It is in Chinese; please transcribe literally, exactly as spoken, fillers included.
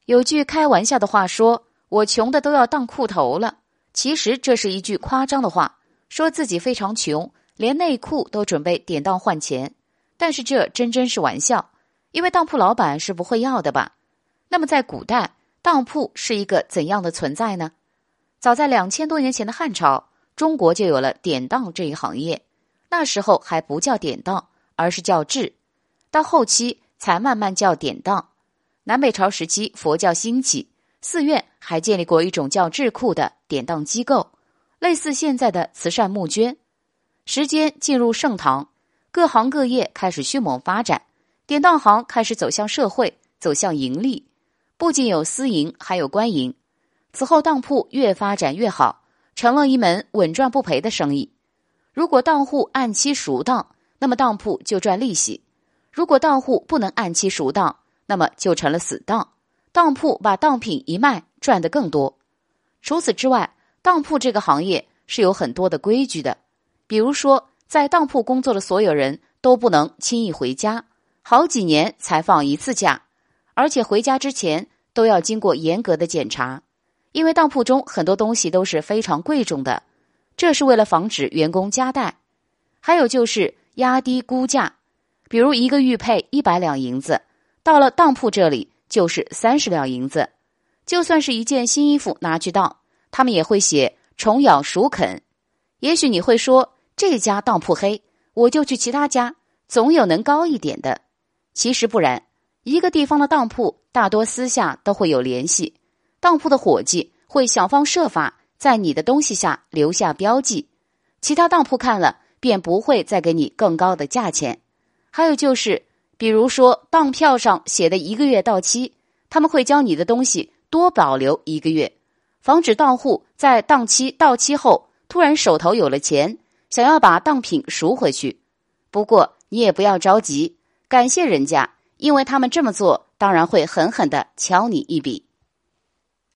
有句开玩笑的话说，我穷的都要当裤头了。其实这是一句夸张的话，说自己非常穷，连内裤都准备典当换钱。但是这真真是玩笑，因为当铺老板是不会要的吧？那么在古代，当铺是一个怎样的存在呢？早在两千多年前的汉朝，中国就有了典当这一行业，那时候还不叫典当，而是叫制，到后期才慢慢叫典当。南北朝时期佛教兴起，寺院还建立过一种叫智库的典当机构，类似现在的慈善募捐。时间进入盛唐，各行各业开始迅猛发展，典当行开始走向社会，走向盈利，不仅有私营，还有官营。此后当铺越发展越好，成了一门稳赚不赔的生意。如果当户按期赎当，那么当铺就赚利息；如果当户不能按期赎当，那么就成了死当，当铺把当品一卖，赚得更多。除此之外，当铺这个行业是有很多的规矩的，比如说在当铺工作的所有人都不能轻易回家，好几年才放一次假，而且回家之前都要经过严格的检查，因为当铺中很多东西都是非常贵重的，这是为了防止员工夹带。还有就是压低估价，比如一个玉佩一百两银子，到了当铺这里就是三十两银子。就算是一件新衣服拿去当，他们也会写虫咬鼠啃。也许你会说，这家当铺黑，我就去其他家，总有能高一点的。其实不然，一个地方的当铺大多私下都会有联系，当铺的伙计会想方设法在你的东西下留下标记，其他当铺看了便不会再给你更高的价钱。还有就是比如说当票上写的一个月到期，他们会将你的东西多保留一个月，防止当户在当期到期后突然手头有了钱，想要把当品赎回去。不过你也不要着急，感谢人家，因为他们这么做当然会狠狠地敲你一笔。